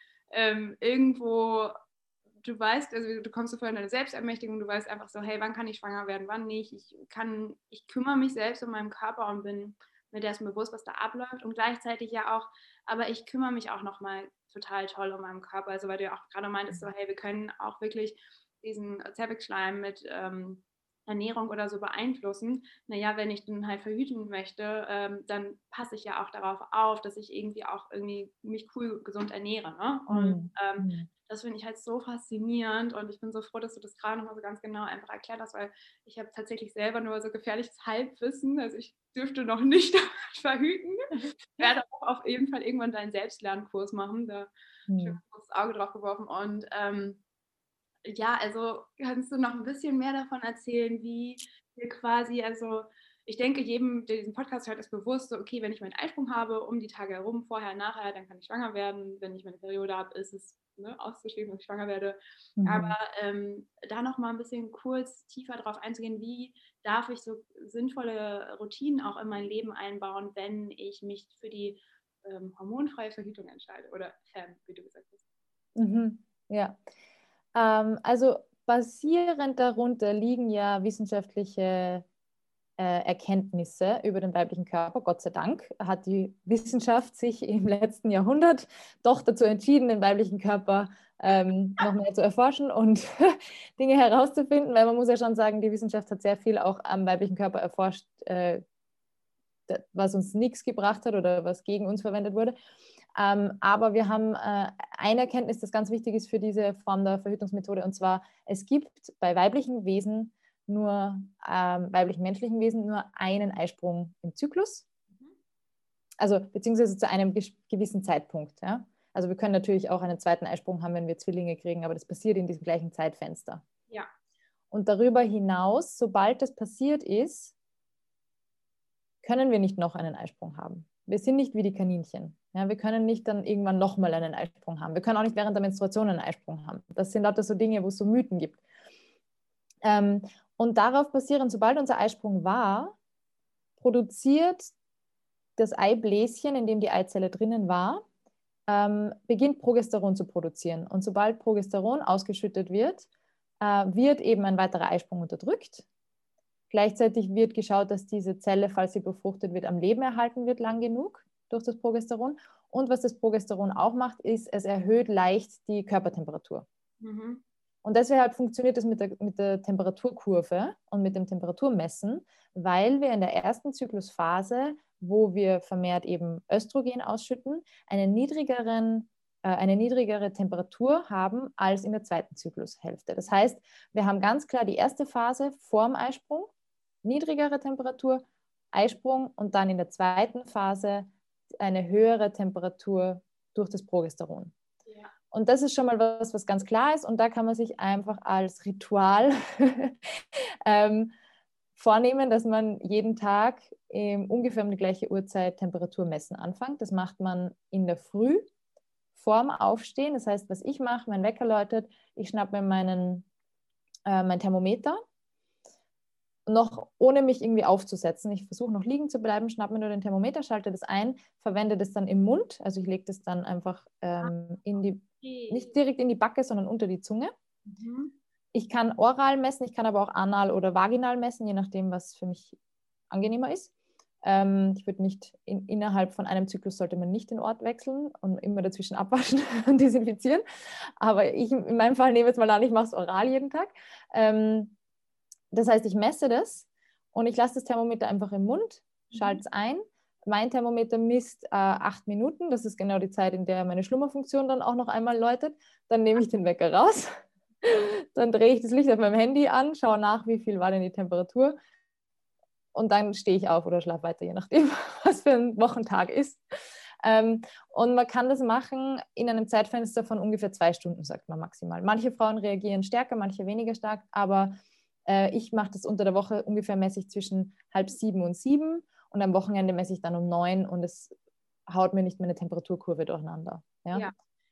irgendwo, du weißt, also du kommst so vor in deine Selbstermächtigung, du weißt einfach so, hey, wann kann ich schwanger werden, wann nicht. Ich kümmere mich selbst um meinen Körper und bin mir dessen bewusst, was da abläuft. Und gleichzeitig ja auch, aber ich kümmere mich auch nochmal total toll um meinen Körper. Also weil du ja auch gerade meintest, so, hey, wir können auch wirklich diesen Zervixschleim mit Ernährung oder so beeinflussen. Naja, wenn ich den halt verhüten möchte, dann passe ich ja auch darauf auf, dass ich irgendwie mich cool gesund ernähre. Ne? Und das finde ich halt so faszinierend und ich bin so froh, dass du das gerade nochmal so ganz genau einfach erklärt hast, weil ich habe tatsächlich selber nur so gefährliches Halbwissen, also ich dürfte noch nicht damit verhüten. Ich werde auch auf jeden Fall irgendwann deinen Selbstlernkurs machen, da habe ich ein großes Auge drauf geworfen und ja, also kannst du noch ein bisschen mehr davon erzählen, wie wir quasi, also ich denke, jedem, der diesen Podcast hört, ist bewusst, so, okay, wenn ich meinen Eisprung habe, um die Tage herum, vorher, nachher, dann kann ich schwanger werden. Wenn ich meine Periode habe, ist es auszuschließen, dass ich schwanger werde. Aber da noch mal ein bisschen kurz tiefer drauf einzugehen, wie darf ich so sinnvolle Routinen auch in mein Leben einbauen, wenn ich mich für die hormonfreie Verhütung entscheide oder FEM, wie du gesagt hast. Ja. Also basierend darunter liegen ja wissenschaftliche Erkenntnisse über den weiblichen Körper. Gott sei Dank hat die Wissenschaft sich im letzten Jahrhundert doch dazu entschieden, den weiblichen Körper noch mehr zu erforschen und Dinge herauszufinden, weil man muss ja schon sagen, die Wissenschaft hat sehr viel auch am weiblichen Körper erforscht, was uns nichts gebracht hat oder was gegen uns verwendet wurde. Aber wir haben eine Erkenntnis, das ganz wichtig ist für diese Form der Verhütungsmethode, und zwar, es gibt bei weiblichen Wesen weiblichen menschlichen Wesen nur einen Eisprung im Zyklus, also beziehungsweise zu einem gewissen Zeitpunkt. Ja? Also wir können natürlich auch einen zweiten Eisprung haben, wenn wir Zwillinge kriegen, aber das passiert in diesem gleichen Zeitfenster. Ja. Und darüber hinaus, sobald das passiert ist, können wir nicht noch einen Eisprung haben. Wir sind nicht wie die Kaninchen. Ja, wir können nicht dann irgendwann nochmal einen Eisprung haben. Wir können auch nicht während der Menstruation einen Eisprung haben. Das sind lauter so Dinge, wo es so Mythen gibt. Und darauf basierend, sobald unser Eisprung war, produziert das Eibläschen, in dem die Eizelle drinnen war, beginnt Progesteron zu produzieren. Und sobald Progesteron ausgeschüttet wird, wird eben ein weiterer Eisprung unterdrückt. Gleichzeitig wird geschaut, dass diese Zelle, falls sie befruchtet wird, am Leben erhalten wird, lang genug durch das Progesteron. Und was das Progesteron auch macht, ist, es erhöht leicht die Körpertemperatur. Und deshalb funktioniert es mit der Temperaturkurve und mit dem Temperaturmessen, weil wir in der ersten Zyklusphase, wo wir vermehrt eben Östrogen ausschütten, eine niedrigere Temperatur haben als in der zweiten Zyklushälfte. Das heißt, wir haben ganz klar die erste Phase vorm Eisprung, niedrigere Temperatur, Eisprung und dann in der zweiten Phase eine höhere Temperatur durch das Progesteron. Ja. Und das ist schon mal was ganz klar ist, und da kann man sich einfach als Ritual vornehmen, dass man jeden Tag ungefähr um die gleiche Uhrzeit Temperatur messen anfängt. Das macht man in der Früh vorm Aufstehen. Das heißt, was ich mache, mein Wecker läutet, ich schnappe mir mein Thermometer noch ohne mich irgendwie aufzusetzen. Ich versuche noch liegen zu bleiben, schnappe mir nur den Thermometer, schalte das ein, verwende das dann im Mund. Also ich lege das dann einfach nicht direkt in die Backe, sondern unter die Zunge. Mhm. Ich kann oral messen, ich kann aber auch anal oder vaginal messen, je nachdem, was für mich angenehmer ist. Ich würde nicht, innerhalb von einem Zyklus sollte man nicht den Ort wechseln und immer dazwischen abwaschen und desinfizieren. Aber ich in meinem Fall nehme jetzt mal an, ich mache es oral jeden Tag. Das heißt, ich messe das und ich lasse das Thermometer einfach im Mund, schalte es ein. Mein Thermometer misst 8 Minuten. Das ist genau die Zeit, in der meine Schlummerfunktion dann auch noch einmal läutet. Dann nehme ich den Wecker raus. Dann drehe ich das Licht auf meinem Handy an, schaue nach, wie viel war denn die Temperatur. Und dann stehe ich auf oder schlafe weiter, je nachdem, was für ein Wochentag ist. Und man kann das machen in einem Zeitfenster von ungefähr 2 Stunden, sagt man maximal. Manche Frauen reagieren stärker, manche weniger stark, aber ich mache das unter der Woche ungefähr mäßig zwischen 6:30 und 7 und am Wochenende messe ich dann um 9 und es haut mir nicht meine Temperaturkurve durcheinander. Ja?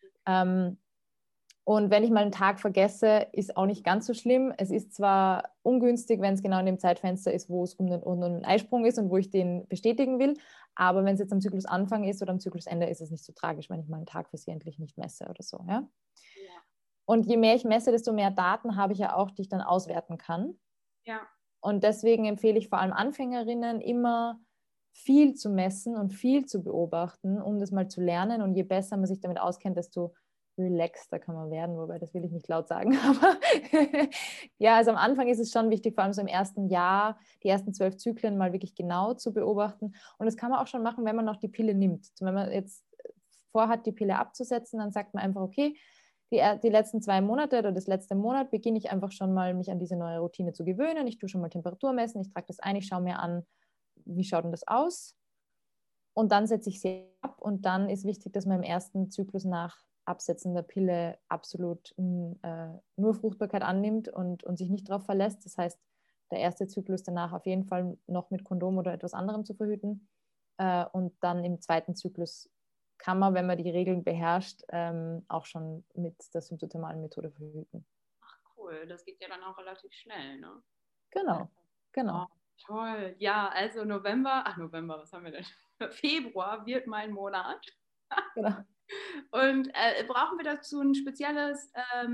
Und wenn ich mal einen Tag vergesse, ist auch nicht ganz so schlimm. Es ist zwar ungünstig, wenn es genau in dem Zeitfenster ist, wo es um den Eisprung ist und wo ich den bestätigen will, aber wenn es jetzt am Zyklusanfang ist oder am Zyklusende, ist es nicht so tragisch, wenn ich mal einen Tag versehentlich nicht messe oder so. Ja? Und je mehr ich messe, desto mehr Daten habe ich ja auch, die ich dann auswerten kann. Ja. Und deswegen empfehle ich vor allem Anfängerinnen immer viel zu messen und viel zu beobachten, um das mal zu lernen. Und je besser man sich damit auskennt, desto relaxter kann man werden, wobei das will ich nicht laut sagen. Aber ja, also am Anfang ist es schon wichtig, vor allem so im ersten Jahr, die ersten 12 Zyklen mal wirklich genau zu beobachten. Und das kann man auch schon machen, wenn man noch die Pille nimmt. Wenn man jetzt vorhat, die Pille abzusetzen, dann sagt man einfach, okay, die letzten 2 Monate oder das letzte Monat beginne ich einfach schon mal, mich an diese neue Routine zu gewöhnen. Ich tue schon mal Temperatur messen, ich trage das ein, ich schaue mir an, wie schaut denn das aus? Und dann setze ich sie ab und dann ist wichtig, dass man im ersten Zyklus nach Absetzen der Pille absolut nur Fruchtbarkeit annimmt und sich nicht darauf verlässt. Das heißt, der erste Zyklus danach auf jeden Fall noch mit Kondom oder etwas anderem zu verhüten. Und dann im zweiten Zyklus kann man, wenn man die Regeln beherrscht, auch schon mit der symptothermalen Methode verhüten. Ach cool, das geht ja dann auch relativ schnell, ne? Genau. Oh, toll. Ja, also November, was haben wir denn? Februar wird mein Monat. Genau. Und brauchen wir dazu ein spezielles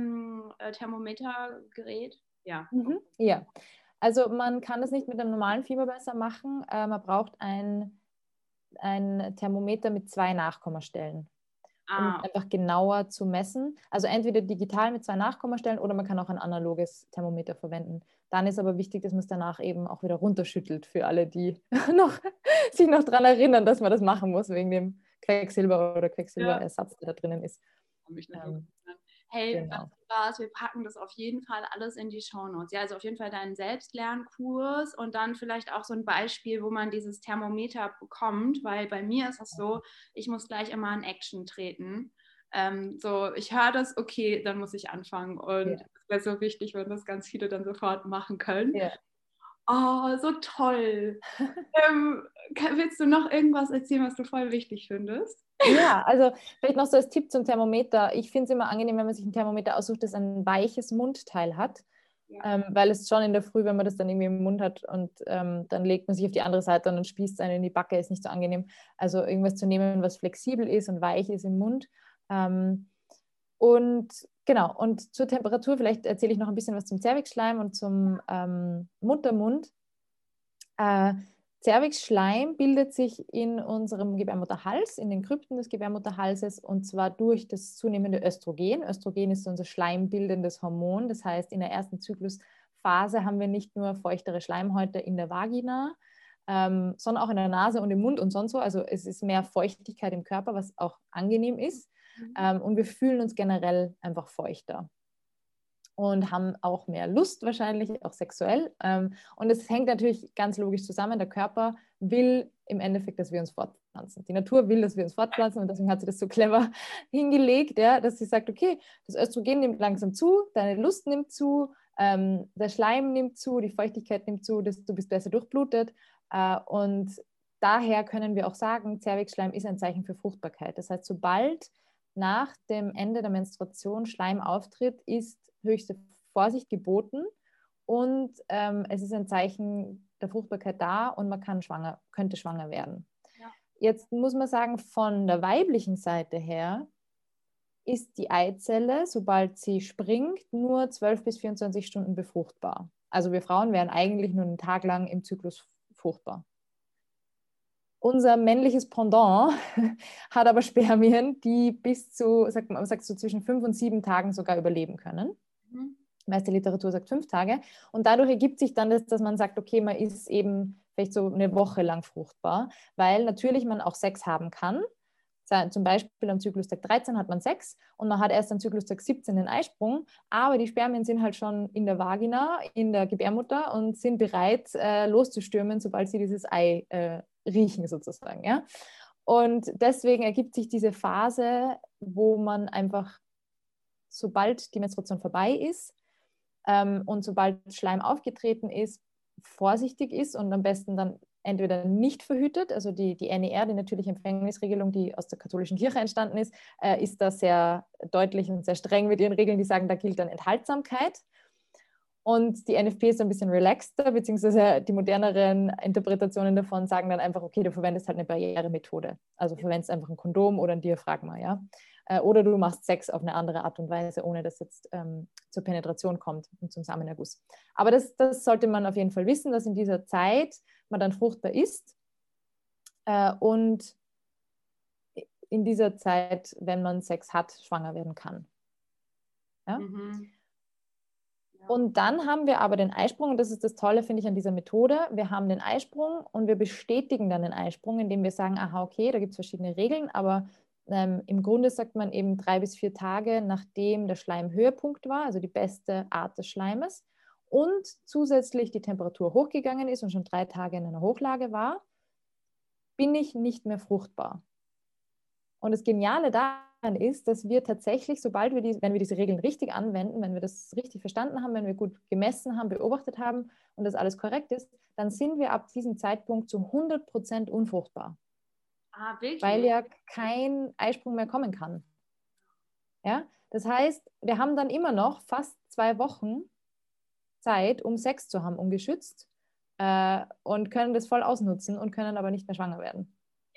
Thermometergerät? Ja. Ja, also man kann das nicht mit einem normalen Fiebermesser machen. Man braucht ein Thermometer mit 2 Nachkommastellen, um es einfach genauer zu messen. Also entweder digital mit 2 Nachkommastellen oder man kann auch ein analoges Thermometer verwenden. Dann ist aber wichtig, dass man es danach eben auch wieder runterschüttelt für alle, die sich noch daran erinnern, dass man das machen muss, wegen dem Quecksilber oder Quecksilberersatz, der da drinnen ist. Hey, genau. was, wir packen das auf jeden Fall alles in die Shownotes. Ja, also auf jeden Fall deinen Selbstlernkurs und dann vielleicht auch so ein Beispiel, wo man dieses Thermometer bekommt, weil bei mir ist es so, ich muss gleich immer in Action treten. So, ich höre das, okay, dann muss ich anfangen und es wäre so wichtig, wenn das ganz viele dann sofort machen können. Ja. Oh, so toll. Willst du noch irgendwas erzählen, was du voll wichtig findest? Ja, also vielleicht noch so als Tipp zum Thermometer. Ich finde es immer angenehm, wenn man sich ein Thermometer aussucht, das ein weiches Mundteil hat, weil es schon in der Früh, wenn man das dann irgendwie im Mund hat und dann legt man sich auf die andere Seite und dann spießt es einen in die Backe, ist nicht so angenehm. Also irgendwas zu nehmen, was flexibel ist und weich ist im Mund. Und genau, und zur Temperatur, vielleicht erzähle ich noch ein bisschen was zum Zervixschleim und zum Muttermund. Zervixschleim bildet sich in unserem Gebärmutterhals, in den Krypten des Gebärmutterhalses und zwar durch das zunehmende Östrogen. Östrogen ist unser schleimbildendes Hormon, das heißt, in der ersten Zyklusphase haben wir nicht nur feuchtere Schleimhäute in der Vagina, sondern auch in der Nase und im Mund und sonst so. Also es ist mehr Feuchtigkeit im Körper, was auch angenehm ist. Und wir fühlen uns generell einfach feuchter und haben auch mehr Lust wahrscheinlich, auch sexuell. Und es hängt natürlich ganz logisch zusammen. Der Körper will im Endeffekt, dass wir uns fortpflanzen. Die Natur will, dass wir uns fortpflanzen und deswegen hat sie das so clever hingelegt, ja, dass sie sagt, okay, das Östrogen nimmt langsam zu, deine Lust nimmt zu, der Schleim nimmt zu, die Feuchtigkeit nimmt zu, du bist besser durchblutet. Und daher können wir auch sagen, Zervixschleim ist ein Zeichen für Fruchtbarkeit. Das heißt, sobald nach dem Ende der Menstruation Schleim auftritt, ist höchste Vorsicht geboten und es ist ein Zeichen der Fruchtbarkeit da und man könnte schwanger werden. Ja. Jetzt muss man sagen, von der weiblichen Seite her ist die Eizelle, sobald sie springt, nur 12 bis 24 Stunden befruchtbar. Also wir Frauen wären eigentlich nur einen Tag lang im Zyklus fruchtbar. Unser männliches Pendant hat aber Spermien, die bis zu, man sagt so zwischen 5 und 7 Tagen sogar überleben können. Mhm. Die meiste Literatur sagt 5 Tage. Und dadurch ergibt sich dann das, dass man sagt, okay, man ist eben vielleicht so eine Woche lang fruchtbar, weil natürlich man auch Sex haben kann. Zum Beispiel am Zyklustag 13 hat man Sex und man hat erst am Zyklustag 17 den Eisprung, aber die Spermien sind halt schon in der Vagina, in der Gebärmutter und sind bereit, loszustürmen, sobald sie dieses Ei riechen sozusagen. Ja? Und deswegen ergibt sich diese Phase, wo man einfach, sobald die Menstruation vorbei ist und sobald Schleim aufgetreten ist, vorsichtig ist und am besten dann entweder nicht verhütet, also die NER, die natürliche Empfängnisregelung, die aus der katholischen Kirche entstanden ist da sehr deutlich und sehr streng mit ihren Regeln, die sagen, da gilt dann Enthaltsamkeit. Und die NFP ist ein bisschen relaxter, beziehungsweise die moderneren Interpretationen davon sagen dann einfach, okay, du verwendest halt eine Barrieremethode. Also verwendest einfach ein Kondom oder ein Diaphragma, ja. Oder du machst Sex auf eine andere Art und Weise, ohne dass jetzt zur Penetration kommt und zum Samenerguss. Aber das sollte man auf jeden Fall wissen, dass in dieser Zeit man dann fruchtbar ist und in dieser Zeit, wenn man Sex hat, schwanger werden kann. Ja? Mhm. Ja. Und dann haben wir aber den Eisprung, und das ist das Tolle, finde ich, an dieser Methode. Wir haben den Eisprung und wir bestätigen dann den Eisprung, indem wir sagen, aha, okay, da gibt es verschiedene Regeln, aber im Grunde sagt man eben 3 bis 4 Tage, nachdem der Schleimhöhepunkt war, also die beste Art des Schleimes, und zusätzlich die Temperatur hochgegangen ist und schon 3 Tage in einer Hochlage war, bin ich nicht mehr fruchtbar. Und das Geniale daran ist, dass wir tatsächlich, wenn wir diese Regeln richtig anwenden, wenn wir das richtig verstanden haben, wenn wir gut gemessen haben, beobachtet haben und das alles korrekt ist, dann sind wir ab diesem Zeitpunkt zu 100% unfruchtbar. Ah, wirklich? Weil ja kein Eisprung mehr kommen kann. Ja? Das heißt, wir haben dann immer noch fast 2 Wochen Zeit, um Sex zu haben, ungeschützt, und können das voll ausnutzen und können aber nicht mehr schwanger werden.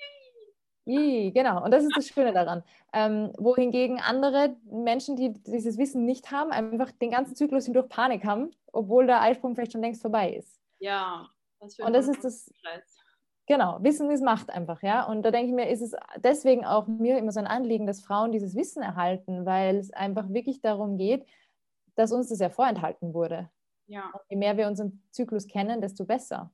Genau, und das ist das Schöne daran. Wohingegen andere Menschen, die dieses Wissen nicht haben, einfach den ganzen Zyklus hindurch Panik haben, obwohl der Eisprung vielleicht schon längst vorbei ist. Ja, was für ein Und das ist das, Stress. genau, Wissen ist Macht einfach, ja. Und da denke ich mir, ist es deswegen auch mir immer so ein Anliegen, dass Frauen dieses Wissen erhalten, weil es einfach wirklich darum geht, dass uns das ja vorenthalten wurde. Ja. Und je mehr wir unseren Zyklus kennen, desto besser.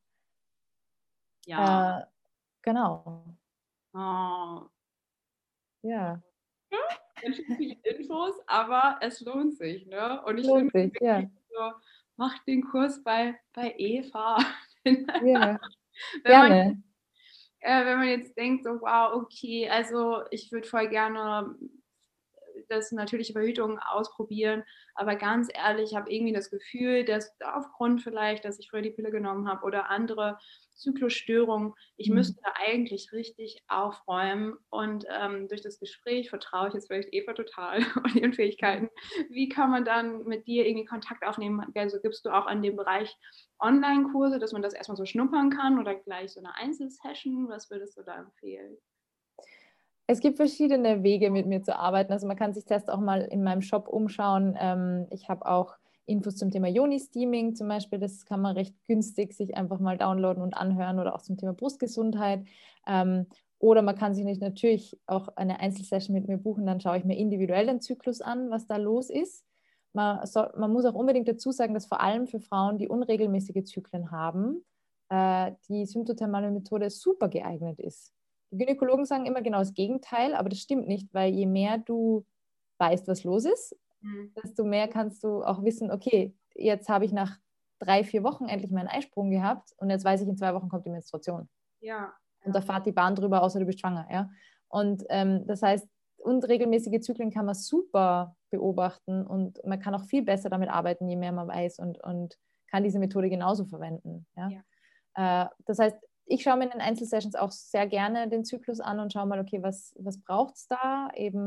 Ja. Genau. Oh. Ja. Ganz schön viele Infos, aber es lohnt sich, ne? Und ich Lohnt finde sich, ja. so, macht den Kurs bei Eva. Ja. Wenn Gerne. wenn man jetzt denkt, so wow, okay, also ich würde voll gerne das natürliche Verhütung ausprobieren, aber ganz ehrlich, ich habe irgendwie das Gefühl, dass aufgrund vielleicht, dass ich früher die Pille genommen habe oder andere Zyklusstörungen, ich müsste da eigentlich richtig aufräumen und durch das Gespräch vertraue ich jetzt vielleicht Eva total und ihren Fähigkeiten. Wie kann man dann mit dir irgendwie Kontakt aufnehmen? Also gibst du auch an dem Bereich Online-Kurse, dass man das erstmal so schnuppern kann oder gleich so eine Einzelsession? Was würdest du da empfehlen? Es gibt verschiedene Wege, mit mir zu arbeiten. Also man kann sich zuerst auch mal in meinem Shop umschauen. Ich habe auch Infos zum Thema Yoni-Steaming zum Beispiel. Das kann man recht günstig sich einfach mal downloaden und anhören oder auch zum Thema Brustgesundheit. Oder man kann sich natürlich auch eine Einzelsession mit mir buchen. Dann schaue ich mir individuell den Zyklus an, was da los ist. Man muss auch unbedingt dazu sagen, dass vor allem für Frauen, die unregelmäßige Zyklen haben, die symptothermale Methode super geeignet ist. Die Gynäkologen sagen immer genau das Gegenteil, aber das stimmt nicht, weil je mehr du weißt, was los ist, desto mehr kannst du auch wissen, okay, jetzt habe ich nach 3, 4 Wochen endlich meinen Eisprung gehabt und jetzt weiß ich, in 2 Wochen kommt die Menstruation. Ja. Und da fährt die Bahn drüber, außer du bist schwanger. Ja? Und das heißt, unregelmäßige Zyklen kann man super beobachten und man kann auch viel besser damit arbeiten, je mehr man weiß und kann diese Methode genauso verwenden. Ja? Das heißt, ich schaue mir in den Einzelsessions auch sehr gerne den Zyklus an und schaue mal, okay, was braucht es da? Eben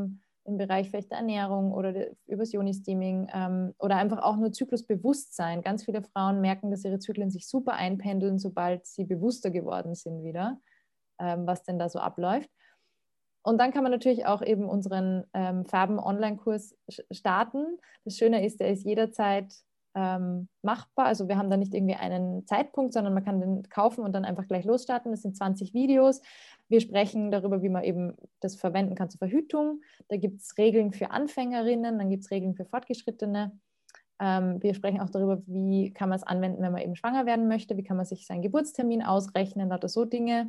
im Bereich vielleicht der Ernährung oder übers Yoni-Steaming oder einfach auch nur Zyklusbewusstsein. Ganz viele Frauen merken, dass ihre Zyklen sich super einpendeln, sobald sie bewusster geworden sind wieder, was denn da so abläuft. Und dann kann man natürlich auch eben unseren Farben-Online-Kurs starten. Das Schöne ist, der ist jederzeit machbar. Also wir haben da nicht irgendwie einen Zeitpunkt, sondern man kann den kaufen und dann einfach gleich losstarten. Das sind 20 Videos. Wir sprechen darüber, wie man eben das verwenden kann zur Verhütung. Da gibt es Regeln für Anfängerinnen, dann gibt es Regeln für Fortgeschrittene. Wir sprechen auch darüber, wie kann man es anwenden, wenn man eben schwanger werden möchte, wie kann man sich seinen Geburtstermin ausrechnen oder so Dinge.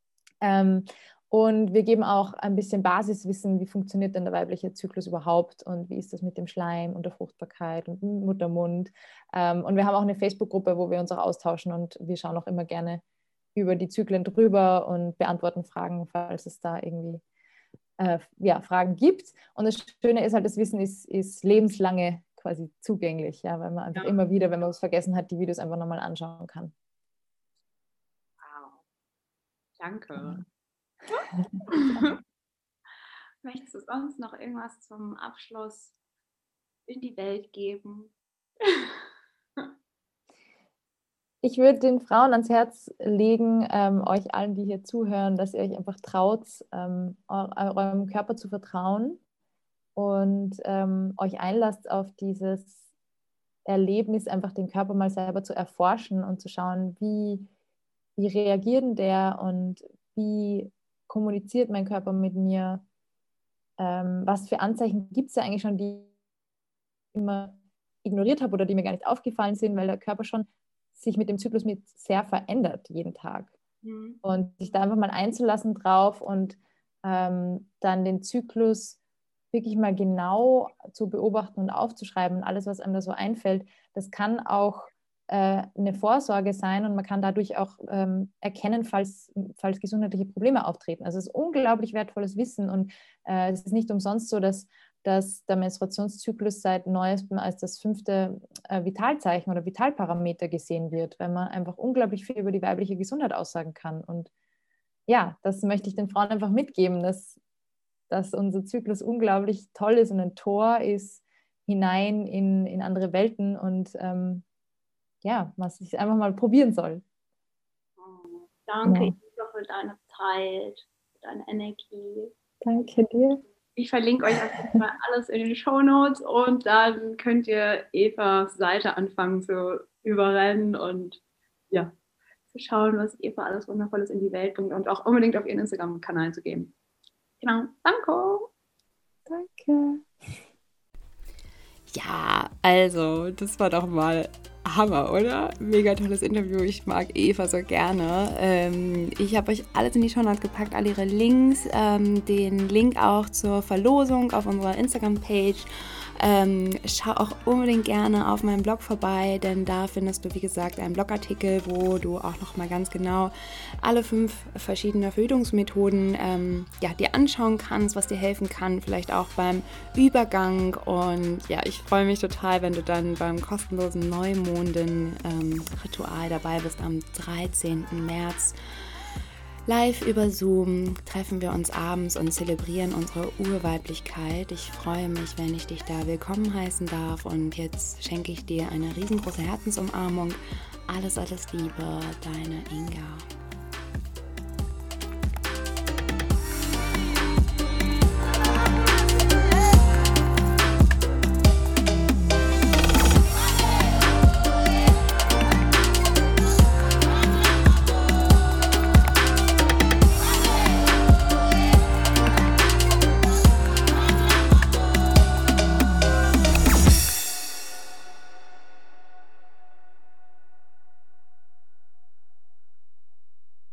Und wir geben auch ein bisschen Basiswissen, wie funktioniert denn der weibliche Zyklus überhaupt und wie ist das mit dem Schleim und der Fruchtbarkeit und dem Muttermund. Und wir haben auch eine Facebook-Gruppe, wo wir uns auch austauschen und wir schauen auch immer gerne über die Zyklen drüber und beantworten Fragen, falls es da irgendwie Fragen gibt. Und das Schöne ist halt, das Wissen ist lebenslange quasi zugänglich, ja, weil man einfach immer wieder, wenn man es vergessen hat, die Videos einfach nochmal anschauen kann. Wow. Danke. Möchtest du sonst noch irgendwas zum Abschluss in die Welt geben? Ich würde den Frauen ans Herz legen, euch allen, die hier zuhören, dass ihr euch einfach traut, eurem Körper zu vertrauen und euch einlasst auf dieses Erlebnis, einfach den Körper mal selber zu erforschen und zu schauen, wie reagiert denn der und wie kommuniziert mein Körper mit mir? Was für Anzeichen gibt es da eigentlich schon, die ich immer ignoriert habe oder die mir gar nicht aufgefallen sind, weil der Körper schon sich mit dem Zyklus mit sehr verändert jeden Tag. Und sich da einfach mal einzulassen drauf und dann den Zyklus wirklich mal genau zu beobachten und aufzuschreiben und alles, was einem da so einfällt, das kann auch eine Vorsorge sein und man kann dadurch auch erkennen, falls gesundheitliche Probleme auftreten. Also es ist unglaublich wertvolles Wissen und es ist nicht umsonst so, dass der Menstruationszyklus seit Neuestem als das 5. Vitalzeichen oder Vitalparameter gesehen wird, weil man einfach unglaublich viel über die weibliche Gesundheit aussagen kann. Und ja, das möchte ich den Frauen einfach mitgeben, dass unser Zyklus unglaublich toll ist und ein Tor ist hinein in andere Welten und man sich einfach mal probieren soll. Danke, Eva, für deine Zeit, für deine Energie. Danke dir. Ich verlinke euch auf jeden Fall alles in den Shownotes und dann könnt ihr Evas Seite anfangen zu überrennen und zu schauen, was Eva alles Wundervolles in die Welt bringt und auch unbedingt auf ihren Instagram-Kanal zu gehen. Genau, danke. Ja, also, das war doch mal Hammer, oder? Mega tolles Interview. Ich mag Eva so gerne. Ich habe euch alles in die Shownotes gepackt, alle ihre Links, den Link auch zur Verlosung auf unserer Instagram-Page. Schau auch unbedingt gerne auf meinem Blog vorbei, denn da findest du, wie gesagt, einen Blogartikel, wo du auch nochmal ganz genau alle 5 verschiedene Verhütungsmethoden dir anschauen kannst, was dir helfen kann, vielleicht auch beim Übergang. Und ja, ich freue mich total, wenn du dann beim kostenlosen Neumonden-Ritual dabei bist am 13. März. Live über Zoom treffen wir uns abends und zelebrieren unsere Urweiblichkeit. Ich freue mich, wenn ich dich da willkommen heißen darf und jetzt schenke ich dir eine riesengroße Herzensumarmung. Alles, alles Liebe, deine Inga.